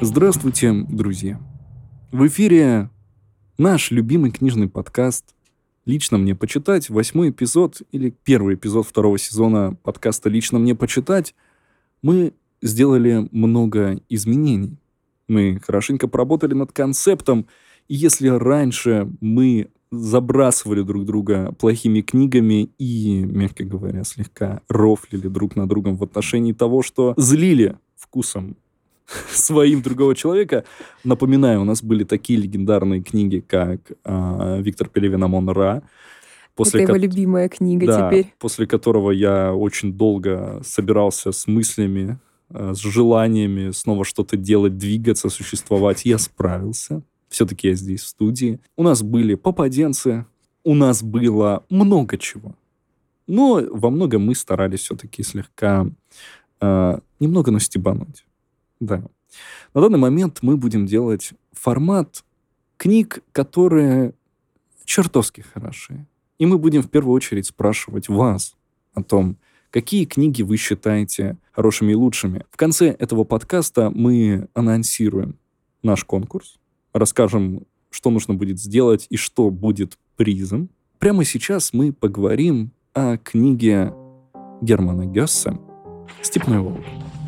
Здравствуйте, друзья! В эфире наш любимый книжный подкаст «Лично мне почитать», 8-й эпизод или первый эпизод 2-го сезона подкаста «Лично мне почитать». Мы сделали много изменений. Мы хорошенько поработали над концептом, и если раньше мы забрасывали друг друга плохими книгами и, мягко говоря, слегка рофлили друг над другом в отношении того, что злили вкусом своим другого человека. Напоминаю, у нас были такие легендарные книги, как Виктор Пелевин «Амон-Ra». Это его любимая книга теперь. После которого я очень долго собирался с мыслями, с желаниями снова что-то делать, двигаться, существовать. Я справился. Все-таки я здесь, в студии. У нас были попаденцы, у нас было много чего. Но во многом мы старались все-таки слегка немного настебануть. Да. На данный момент мы будем делать формат книг, которые чертовски хороши. И мы будем в первую очередь спрашивать вас о том, какие книги вы считаете хорошими и лучшими. В конце этого подкаста мы анонсируем наш конкурс, расскажем, что нужно будет сделать и что будет призом. Прямо сейчас мы поговорим о книге Германа Гессе «Степной волк».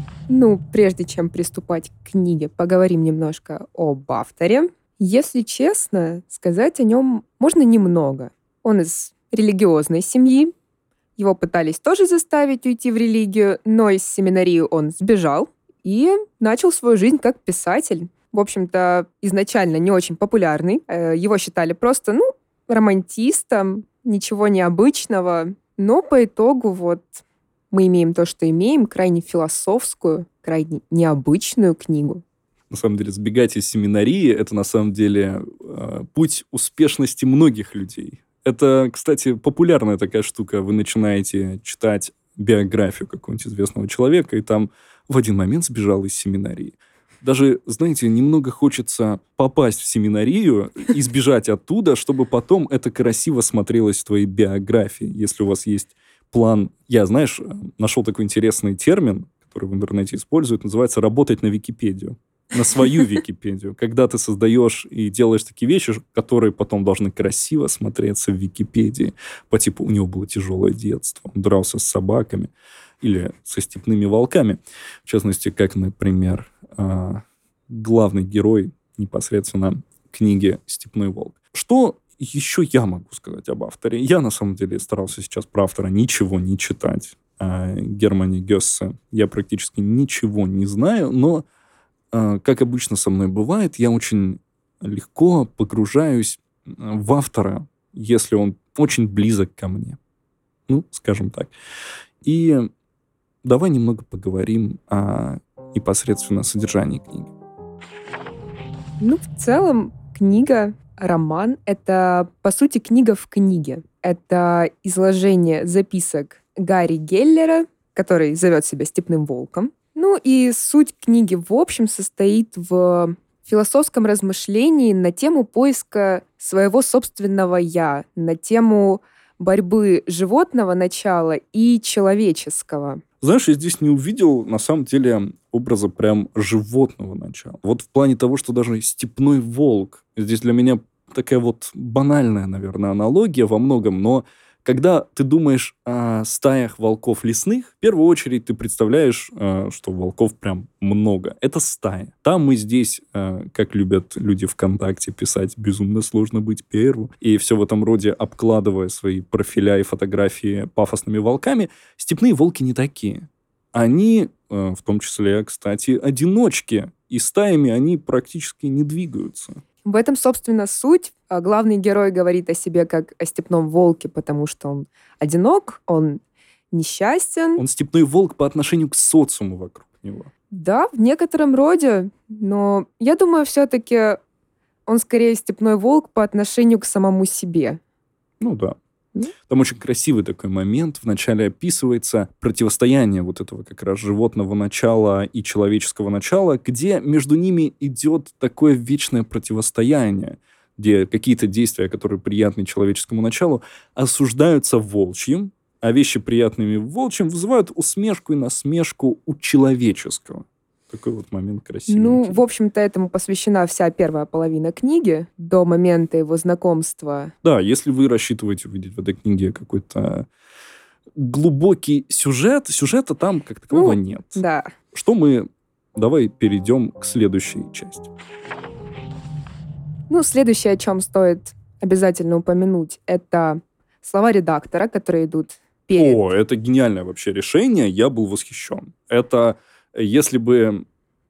Прежде чем приступать к книге, поговорим немножко об авторе. Если честно, сказать о нем можно немного. Он из религиозной семьи. Его пытались тоже заставить уйти в религию, но из семинарии он сбежал и начал свою жизнь как писатель. В общем-то, изначально не очень популярный. Его считали просто, романтистом, ничего необычного. Но по итогу мы имеем то, что имеем, крайне философскую, крайне необычную книгу. На самом деле, сбегать из семинарии — это на самом деле путь успешности многих людей. Это, кстати, популярная такая штука. Вы начинаете читать биографию какого-нибудь известного человека, и там в один момент сбежал из семинарии. Даже, знаете, немного хочется попасть в семинарию и сбежать оттуда, чтобы потом это красиво смотрелось в твоей биографии. Если у вас есть план... Я, нашел такой интересный термин, который в интернете используют, называется «работать на Википедию». На свою Википедию. Когда ты создаешь и делаешь такие вещи, которые потом должны красиво смотреться в Википедии. По типу, у него было тяжелое детство, он дрался с собаками или со степными волками. В частности, как, например, главный герой непосредственно книги «Степной волк». Что еще я могу сказать об авторе? Я, на самом деле, старался сейчас про автора ничего не читать. О Германе Гессе я практически ничего не знаю, но, как обычно со мной бывает, я очень легко погружаюсь в автора, если он очень близок ко мне. Скажем так. И давай немного поговорим о непосредственно содержании книги. В целом, роман — это, по сути, книга в книге. Это изложение записок Гарри Геллера, который зовет себя Степным волком. И суть книги, в общем, состоит в философском размышлении на тему поиска своего собственного «я», на тему борьбы животного начала и человеческого. Знаешь, я здесь не увидел, на самом деле, образа прям животного начала. В плане того, что даже степной волк, здесь для меня такая банальная, наверное, аналогия во многом, но когда ты думаешь о стаях волков лесных, в первую очередь ты представляешь, что волков прям много. Это стая. Там и здесь, как любят люди ВКонтакте писать, безумно сложно быть первым. И все в этом роде, обкладывая свои профиля и фотографии пафосными волками. Степные волки не такие. Они, в том числе, кстати, одиночки. И стаями они практически не двигаются. В этом, собственно, суть. Главный герой говорит о себе как о степном волке, потому что он одинок, он несчастен. Он степной волк по отношению к социуму вокруг него. Да, в некотором роде, но я думаю, все-таки он скорее степной волк по отношению к самому себе. Да. Там очень красивый такой момент. Вначале описывается противостояние этого как раз животного начала и человеческого начала, где между ними идет такое вечное противостояние, где какие-то действия, которые приятны человеческому началу, осуждаются волчьим, а вещи приятными волчьим вызывают усмешку и насмешку у человеческого. такой вот момент красивый. В общем-то, этому посвящена вся первая половина книги, до момента его знакомства. Да, если вы рассчитываете увидеть в этой книге какой-то глубокий сюжета там как такового нет. Да. Давай перейдем к следующей части. Следующее, о чем стоит обязательно упомянуть, это слова редактора, которые идут перед... Это гениальное вообще решение, я был восхищен. Это, если бы,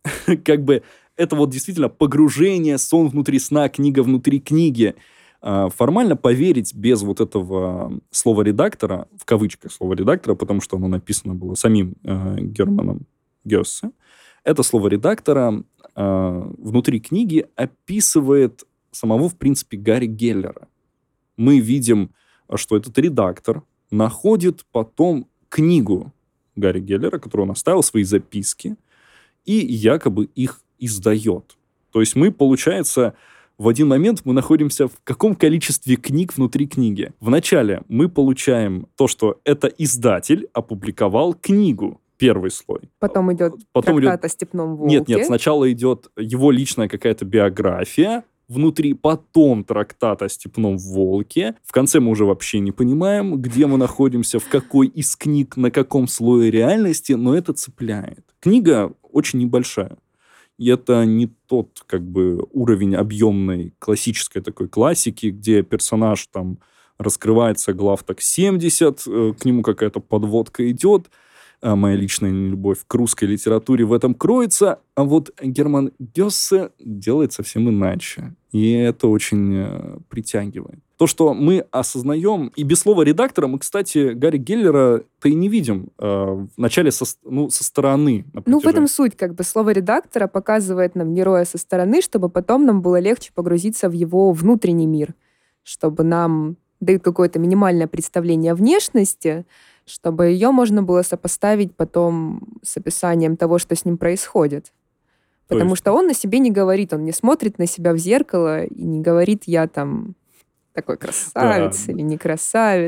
это вот действительно погружение, сон внутри сна, книга внутри книги. Формально поверить без вот этого слова редактора, в кавычках слова редактора, потому что оно написано было самим Германом Гёссе, это слово редактора внутри книги описывает самого, в принципе, Гарри Геллера. Мы видим, что этот редактор находит потом книгу Гарри Геллера, которую он оставил, свои записки, и якобы их издает. То есть мы, получается, в один момент мы находимся в каком количестве книг внутри книги. Вначале мы получаем то, что это издатель опубликовал книгу, первый слой. Потом идет трактат о степном волке. Нет, сначала идет его личная какая-то биография, внутри потом трактат о степном волке. В конце мы уже вообще не понимаем, где мы находимся, в какой из книг, на каком слое реальности, но это цепляет. Книга очень небольшая. И это не тот уровень объемной классической такой классики, где персонаж там раскрывается глав так 70, к нему какая-то подводка идет. Моя личная нелюбовь к русской литературе в этом кроется, а вот Герман Гёссе делает совсем иначе. И это очень притягивает. То, что мы осознаем, и без слова редактора мы, кстати, Гарри Геллера-то и не видим вначале со стороны. В этом суть, слово редактора показывает нам героя со стороны, чтобы потом нам было легче погрузиться в его внутренний мир, чтобы нам дают какое-то минимальное представление о внешности, чтобы ее можно было сопоставить потом с описанием того, что с ним происходит. Потому что он на себе не говорит, он не смотрит на себя в зеркало и не говорит, я там такой красавец или не красавец.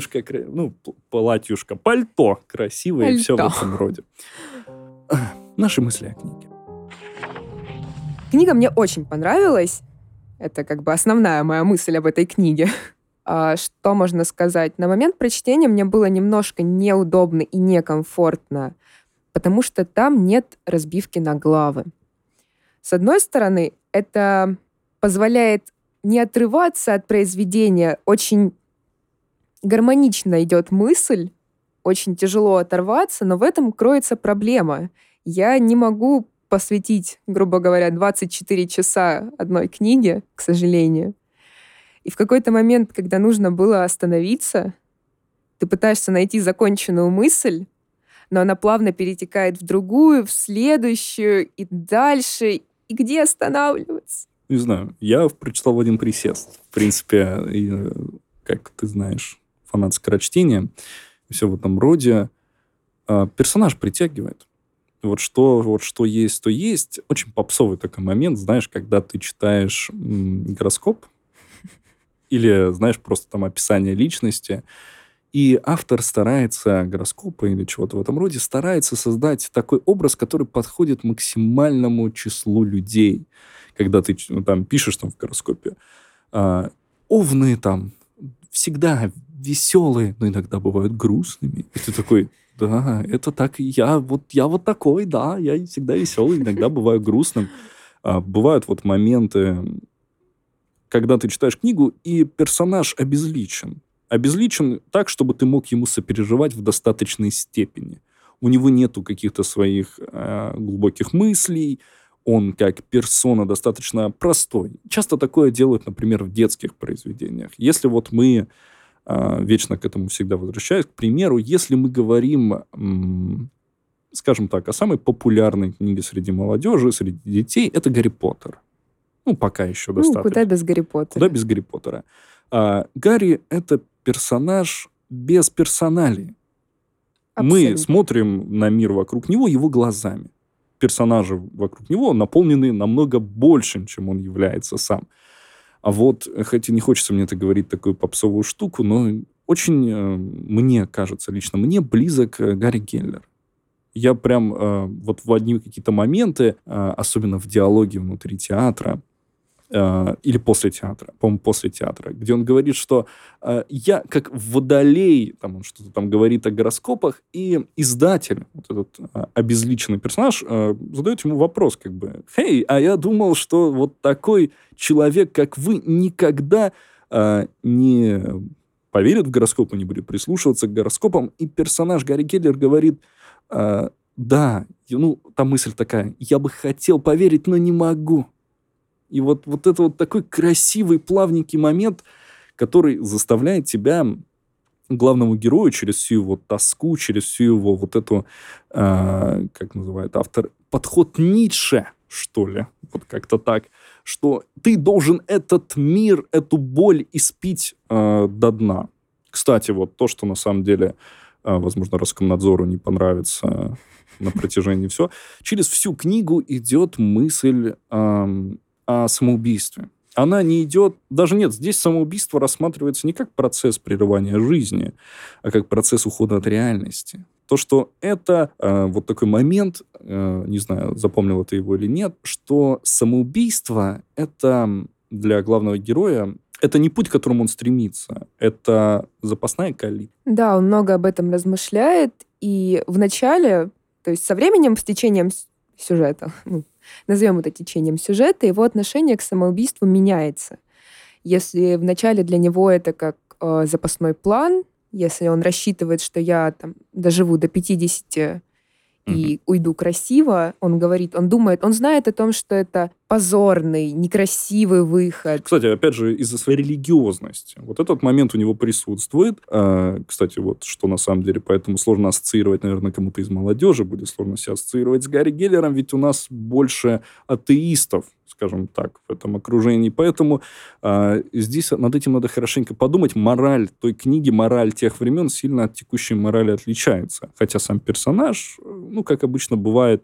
Пальто красивое и все в этом роде. Наши мысли о книге. Книга мне очень понравилась. Это основная моя мысль об этой книге. Что можно сказать? На момент прочтения мне было немножко неудобно и некомфортно, потому что там нет разбивки на главы. С одной стороны, это позволяет не отрываться от произведения. Очень гармонично идет мысль, очень тяжело оторваться, но в этом кроется проблема. Я не могу посвятить, грубо говоря, 24 часа одной книге, к сожалению. И в какой-то момент, когда нужно было остановиться, ты пытаешься найти законченную мысль, но она плавно перетекает в другую, в следующую и дальше. И где останавливаться? Не знаю. Я прочитал в один присест. В принципе, как ты знаешь, фанат скорочтения, все в этом роде. Персонаж притягивает. Вот что есть, то есть. Очень попсовый такой момент, знаешь, когда ты читаешь гороскоп, или, знаешь, просто там описание личности, и автор старается, гороскопа или чего-то в этом роде, старается создать такой образ, который подходит максимальному числу людей. Когда ты там пишешь там в гороскопе, овны там всегда веселые, но иногда бывают грустными. И ты такой, да, это так, я вот такой, да, я всегда веселый, иногда бываю грустным. Бывают вот моменты, когда ты читаешь книгу, и персонаж обезличен. Обезличен так, чтобы ты мог ему сопереживать в достаточной степени. У него нету каких-то своих глубоких мыслей, он как персона достаточно простой. Часто такое делают, например, в детских произведениях. Если вот мы, вечно к этому всегда возвращаюсь, к примеру, если мы говорим, скажем так, о самой популярной книге среди молодежи, среди детей, это «Гарри Поттер». Пока еще достаточно. Куда без Гарри Поттера? Куда без Гарри Поттера. Гарри — это персонаж без персоналии. Абсолютно. Мы смотрим на мир вокруг него его глазами. Персонажи вокруг него наполнены намного большим, чем он является сам. А вот, хотя не хочется мне это говорить такую попсовую штуку, но очень, мне кажется, лично мне близок Гарри Геллер. Я прям вот в одни какие-то моменты, особенно в диалоге внутри театра, или после театра, по-моему, после театра, где он говорит, что я как водолей, там он что-то там говорит о гороскопах, и издатель, вот этот обезличенный персонаж, задает ему вопрос, как бы, «Хей, а я думал, что вот такой человек, как вы, никогда не поверит в гороскопы, не будет прислушиваться к гороскопам». И персонаж Гарри Геллер говорит, да, ну, там мысль такая, я бы хотел поверить, но не могу. И вот это вот такой красивый, плавненький момент, который заставляет тебя, главному герою, через всю его тоску, через всю его вот эту, как называет автор, подход Ницше, что ли, вот как-то так, что ты должен этот мир, эту боль испить до дна. Кстати, вот то, что на самом деле, возможно, Роскомнадзору не понравится на протяжении всего, через всю книгу идет мысль о самоубийстве. Она не идет... Даже нет, здесь самоубийство рассматривается не как процесс прерывания жизни, а как процесс ухода от реальности. То, что это вот такой момент, не знаю, запомнил ты его или нет, что самоубийство — это для главного героя, это не путь, к которому он стремится, это запасная калитка. Да, он много об этом размышляет, и в начале, то есть со временем, с течением сюжета, назовем это течением сюжета, его отношение к самоубийству меняется. Если вначале для него это как запасной план, если он рассчитывает, что я там доживу до 50 и уйду красиво, он говорит, он думает, он знает о том, что это позорный, некрасивый выход. Кстати, опять же, из-за своей религиозности. Вот этот момент у него присутствует. Кстати, вот что на самом деле, поэтому сложно ассоциировать, наверное, кому-то из молодежи будет сложно себя ассоциировать с Гарри Геллером, ведь у нас больше атеистов, скажем так, в этом окружении. Поэтому здесь над этим надо хорошенько подумать. Мораль той книги, мораль тех времен сильно от текущей морали отличается. Хотя сам персонаж, ну, как обычно бывает,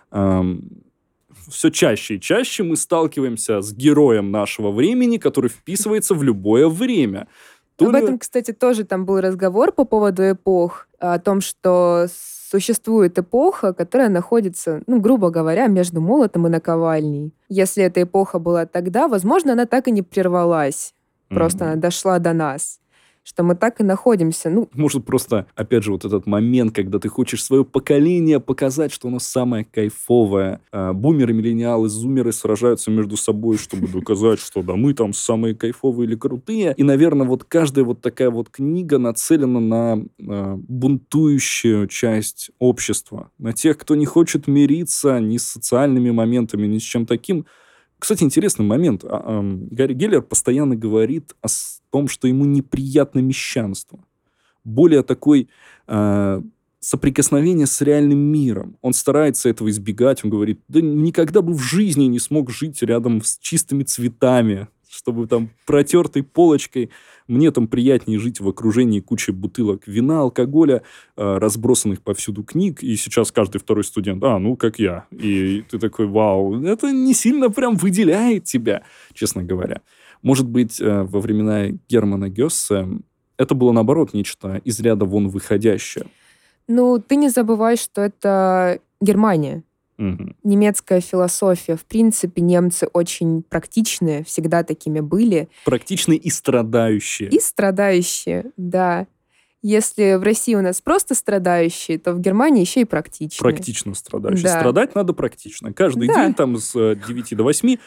все чаще и чаще мы сталкиваемся с героем нашего времени, который вписывается в любое время. Об этом, кстати, тоже там был разговор по поводу эпох, о том, что существует эпоха, которая находится, грубо говоря, между молотом и наковальней. Если эта эпоха была тогда, возможно, она так и не прервалась. Просто она дошла до нас. Что мы так и находимся. Может, просто, опять же, вот этот момент, когда ты хочешь свое поколение показать, что оно самое кайфовое. Бумеры, миллениалы, зумеры сражаются между собой, чтобы доказать, что да, мы там самые кайфовые или крутые. И, наверное, вот каждая вот такая вот книга нацелена на бунтующую часть общества. На тех, кто не хочет мириться ни с социальными моментами, ни с чем таким. Кстати, интересный момент. Гарри Геллер постоянно говорит о том, что ему неприятно мещанство. Более такой соприкосновение с реальным миром. Он старается этого избегать. Он говорит, да никогда бы в жизни не смог жить рядом с чистыми цветами, чтобы там протертой полочкой. Мне там приятнее жить в окружении кучи бутылок вина, алкоголя, разбросанных повсюду книг. И сейчас каждый второй студент, как я. И ты такой, вау, это не сильно прям выделяет тебя, честно говоря. Может быть, во времена Германа Гессе это было, наоборот, нечто из ряда вон выходящее. Ты не забывай, что это Германия. Немецкая философия. В принципе, немцы очень практичные, всегда такими были. Практичные и страдающие. И страдающие, да. Если в России у нас просто страдающие, то в Германии еще и практичные. Практично страдающие. Да. Страдать надо практично. Каждый день там с 9 до 8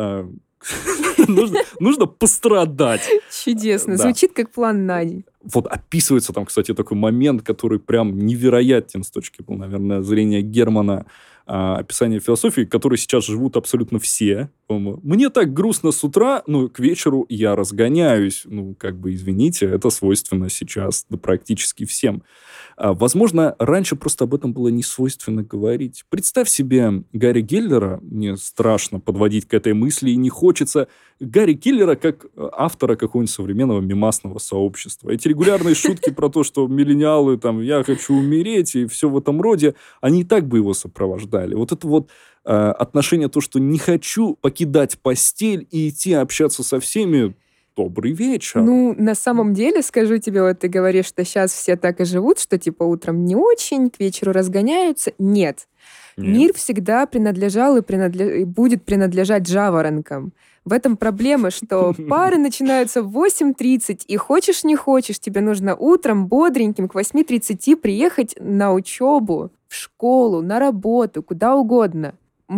нужно пострадать. Чудесно. Звучит как план на день. Вот описывается там, кстати, такой момент, который прям невероятен с точки, наверное, зрения Германа, описание философии, которые сейчас живут абсолютно все. Мне так грустно с утра, к вечеру я разгоняюсь. Извините, это свойственно сейчас практически всем. Возможно, раньше просто об этом было не свойственно говорить. Представь себе Гарри Геллера, мне страшно подводить к этой мысли, и не хочется Гарри Геллера как автора какого-нибудь современного мемасного сообщества. Эти регулярные шутки про то, что миллениалы, я хочу умереть, и все в этом роде, они и так бы его сопровождали. Вот это вот отношение, то, что не хочу покидать постель и идти общаться со всеми, добрый вечер. Ну, на самом деле, скажу тебе, вот ты говоришь, что сейчас все так и живут, что типа утром не очень, к вечеру разгоняются. Нет. Мир всегда принадлежал и будет принадлежать жаворонкам. В этом проблема, что пары начинаются в 8:30, и хочешь не хочешь, тебе нужно утром бодреньким к 8:30 приехать на учебу, в школу, на работу, куда угодно.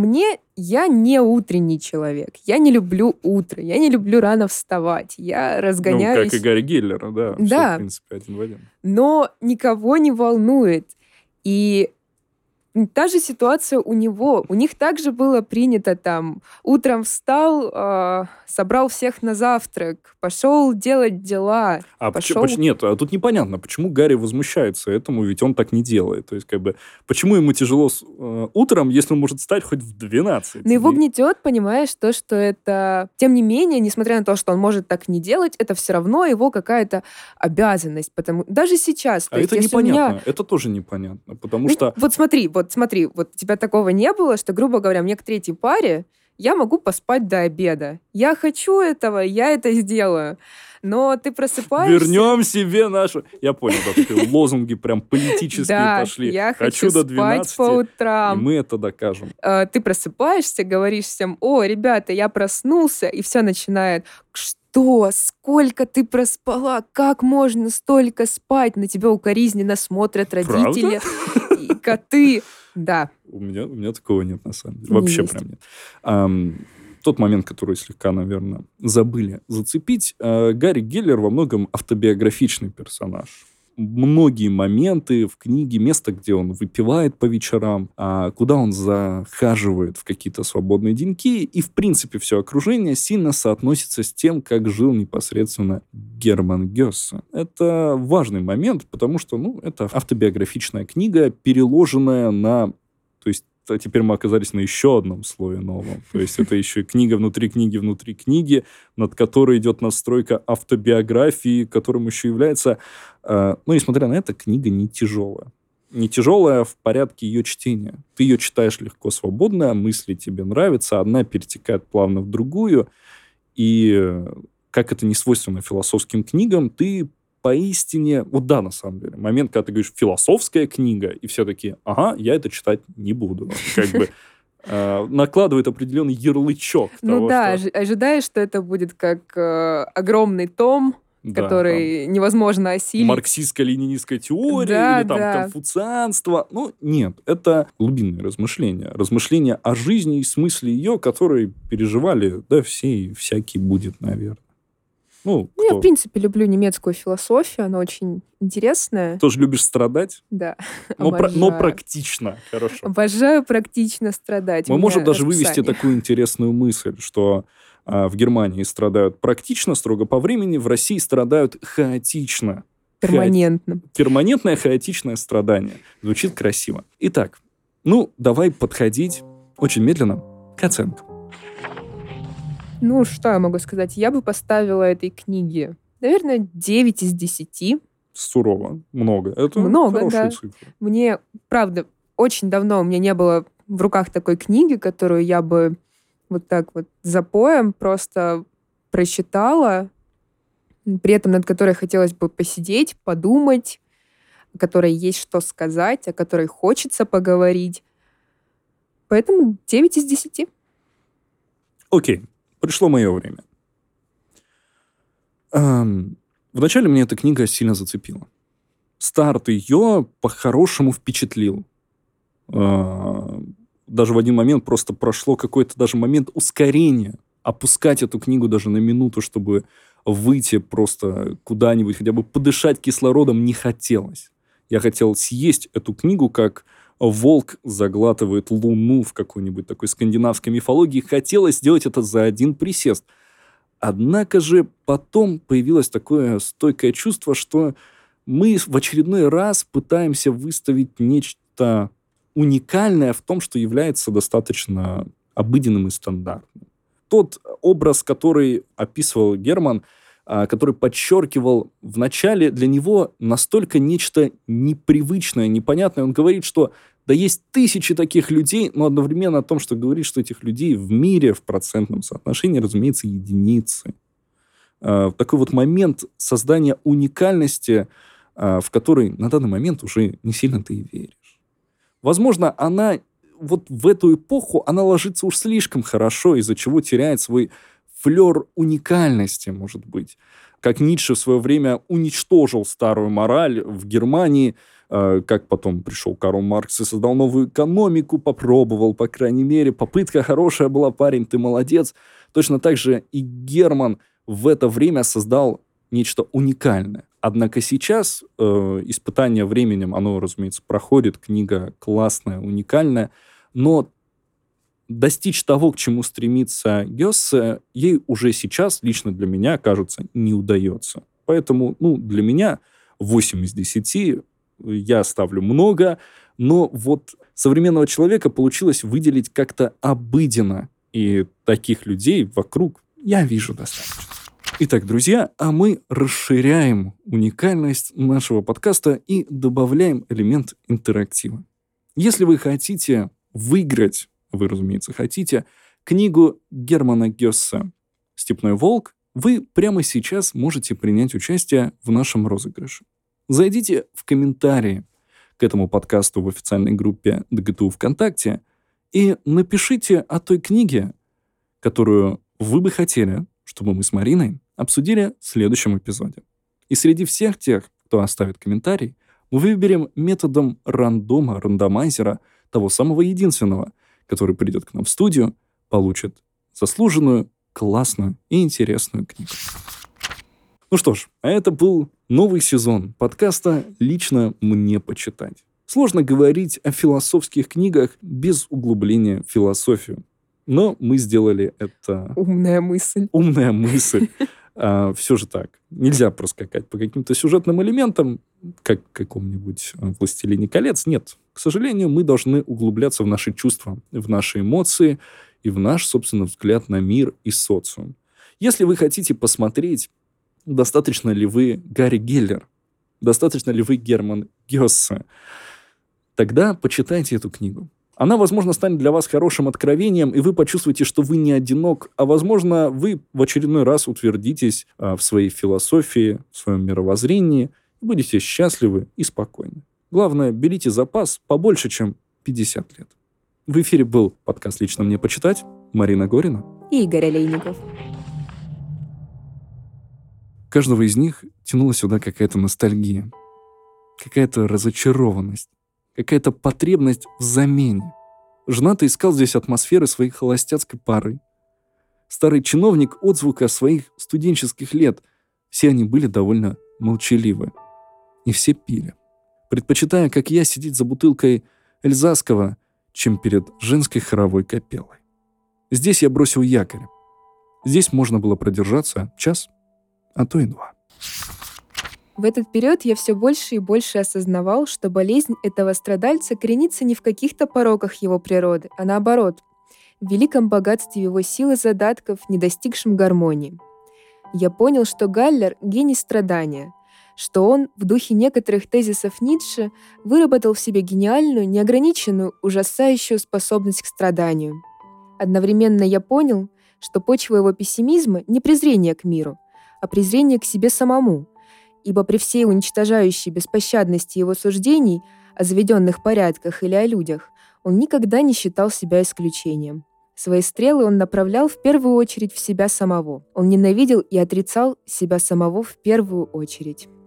Я не утренний человек. Я не люблю утро. Я не люблю рано вставать. Я разгоняюсь. Ну, как и Гарри Гиллер, да. Да. Все, в принципе, один в один. Но никого не волнует. И та же ситуация у него. У них также было принято там утром встал, собрал всех на завтрак, пошел делать дела. Нет, тут непонятно, почему Гарри возмущается этому, ведь он так не делает. То есть, почему ему тяжело утром, если он может встать хоть в 12? Но его гнетет, понимаешь, то, что это... Тем не менее, несмотря на то, что он может так не делать, это все равно его какая-то обязанность. Даже сейчас. Это непонятно. Это тоже непонятно, потому что... Вот смотри, у тебя такого не было, что, грубо говоря, мне к третьей паре я могу поспать до обеда. Я хочу этого, я это сделаю. Но ты просыпаешься... Вернем себе нашу... Я понял, да, такие лозунги прям политические пошли. Да, я хочу до 12, спать по утрам. И мы это докажем. Ты просыпаешься, говоришь всем: о, ребята, я проснулся, и все начинает: что? Сколько ты проспала? Как можно столько спать? На тебя укоризненно смотрят родители и коты. Да. У меня такого нет, на самом деле. Вообще прям нет. Тот момент, который слегка, наверное, забыли зацепить. Гарри Гиллер во многом автобиографичный персонаж. Многие моменты в книге, место, где он выпивает по вечерам, куда он захаживает в какие-то свободные деньки, и, в принципе, все окружение сильно соотносится с тем, как жил непосредственно Герман Гессе. Это важный момент, потому что, это автобиографичная книга, переложенная на... То есть теперь мы оказались на еще одном слое новом. То есть это еще и книга внутри книги, над которой идет настройка автобиографии, которым еще является... несмотря на это, книга не тяжелая. Не тяжелая в порядке ее чтения. Ты ее читаешь легко, свободно, мысли тебе нравятся, одна перетекает плавно в другую, и как это не свойственно философским книгам, ты поистине... на самом деле. Момент, когда ты говоришь «философская книга», и все такие: ага, я это читать не буду. Накладывает определенный ярлычок. Ожидаешь, что это будет как огромный том, который невозможно осилить. Марксистско-ленинистская теория или конфуцианство. Нет, это глубинные размышления. Размышления о жизни и смысле ее, которые переживали, все и всякий будет, наверное. Я, в принципе, люблю немецкую философию, она очень интересная. Тоже любишь страдать? Да. Но практично, хорошо. Обожаю практично страдать. Мы можем даже вывести такую интересную мысль, что в Германии страдают практично, строго по времени, в России страдают хаотично. Перманентно. Перманентное хаотичное страдание. Звучит красиво. Итак, давай подходить очень медленно к оценкам. Что я могу сказать? Я бы поставила этой книге, наверное, 9 из 10. Сурово. Много. Это много, хорошая цифра. Мне, правда, очень давно у меня не было в руках такой книги, которую я бы вот так вот запоем просто прочитала, при этом над которой хотелось бы посидеть, подумать, о которой есть что сказать, о которой хочется поговорить. Поэтому 9 из 10. Окей. Пришло мое время. Вначале мне эта книга сильно зацепила. Старт ее по-хорошему впечатлил. Даже в один момент просто прошло какой-то даже момент ускорения. Опускать эту книгу даже на минуту, чтобы выйти просто куда-нибудь, хотя бы подышать кислородом, не хотелось. Я хотел съесть эту книгу, как волк заглатывает луну в какой-нибудь такой скандинавской мифологии. Хотелось сделать это за один присест. Однако же потом появилось такое стойкое чувство, что мы в очередной раз пытаемся выставить нечто уникальное в том, что является достаточно обыденным и стандартным. Тот образ, который описывал Герман, который подчеркивал в начале, для него настолько нечто непривычное, непонятное. Он говорит, что да есть тысячи таких людей, но одновременно о том, что говорит, что этих людей в мире в процентном соотношении, разумеется, единицы. такой вот момент создания уникальности, в который на данный момент уже не сильно ты и веришь. Возможно, она вот в эту эпоху, она ложится уж слишком хорошо, из-за чего теряет свой флер уникальности, может быть. Как Ницше в свое время уничтожил старую мораль в Германии, как потом пришел Карл Маркс и создал новую экономику, попробовал, по крайней мере, попытка хорошая была, парень, ты молодец. Точно так же и Герман в это время создал нечто уникальное. Однако сейчас испытание временем, оно, разумеется, проходит, книга классная, уникальная, но достичь того, к чему стремится Гёссе, ей уже сейчас, лично для меня, кажется, не удается. Поэтому, для меня 8 из 10, я ставлю много, но вот современного человека получилось выделить как-то обыденно, и таких людей вокруг я вижу достаточно. Итак, друзья, а мы расширяем уникальность нашего подкаста и добавляем элемент интерактива. Если вы хотите выиграть, вы, разумеется, хотите, книгу Германа Гёссе «Степной волк», вы прямо сейчас можете принять участие в нашем розыгрыше. Зайдите в комментарии к этому подкасту в официальной группе ДГТУ ВКонтакте и напишите о той книге, которую вы бы хотели, чтобы мы с Мариной обсудили в следующем эпизоде. И среди всех тех, кто оставит комментарий, мы выберем методом рандомайзера того самого единственного, который придет к нам в студию, получит заслуженную, классную и интересную книгу. Ну что ж, а это был новый сезон подкаста «Лично мне почитать». Сложно говорить о философских книгах без углубления в философию. Но мы сделали это... Умная мысль. Умная мысль. Все же так. Нельзя проскакать по каким-то сюжетным элементам, как в каком-нибудь «Властелине колец». Нет. К сожалению, мы должны углубляться в наши чувства, в наши эмоции и в наш, собственно, взгляд на мир и социум. Если вы хотите посмотреть, достаточно ли вы Гарри Геллер, достаточно ли вы Герман Гёссе, тогда почитайте эту книгу. Она, возможно, станет для вас хорошим откровением, и вы почувствуете, что вы не одинок, а, возможно, вы в очередной раз утвердитесь в своей философии, в своем мировоззрении, и будете счастливы и спокойны. Главное, берите запас побольше, чем 50 лет. В эфире был подкаст «Лично мне почитать». Марина Горина и Игорь Олейников. Каждого из них тянула сюда какая-то ностальгия, какая-то разочарованность, какая-то потребность в замене. Женатый искал здесь атмосферы своей холостяцкой пары. Старый чиновник — отзвука своих студенческих лет. Все они были довольно молчаливы. И все пили, предпочитая, как я, сидеть за бутылкой эльзасского, чем перед женской хоровой капеллой. Здесь я бросил якорь. Здесь можно было продержаться час, а то и 2. В этот период я все больше и больше осознавал, что болезнь этого страдальца коренится не в каких-то пороках его природы, а наоборот, в великом богатстве его сил и задатков, не достигшем гармонии. Я понял, что Галлер — гений страдания, что он, в духе некоторых тезисов Ницше, выработал в себе гениальную, неограниченную, ужасающую способность к страданию. Одновременно я понял, что почва его пессимизма — не презрение к миру, а презрение к себе самому, ибо при всей уничтожающей беспощадности его суждений о заведенных порядках или о людях он никогда не считал себя исключением. Свои стрелы он направлял в первую очередь в себя самого. Он ненавидел и отрицал себя самого в первую очередь.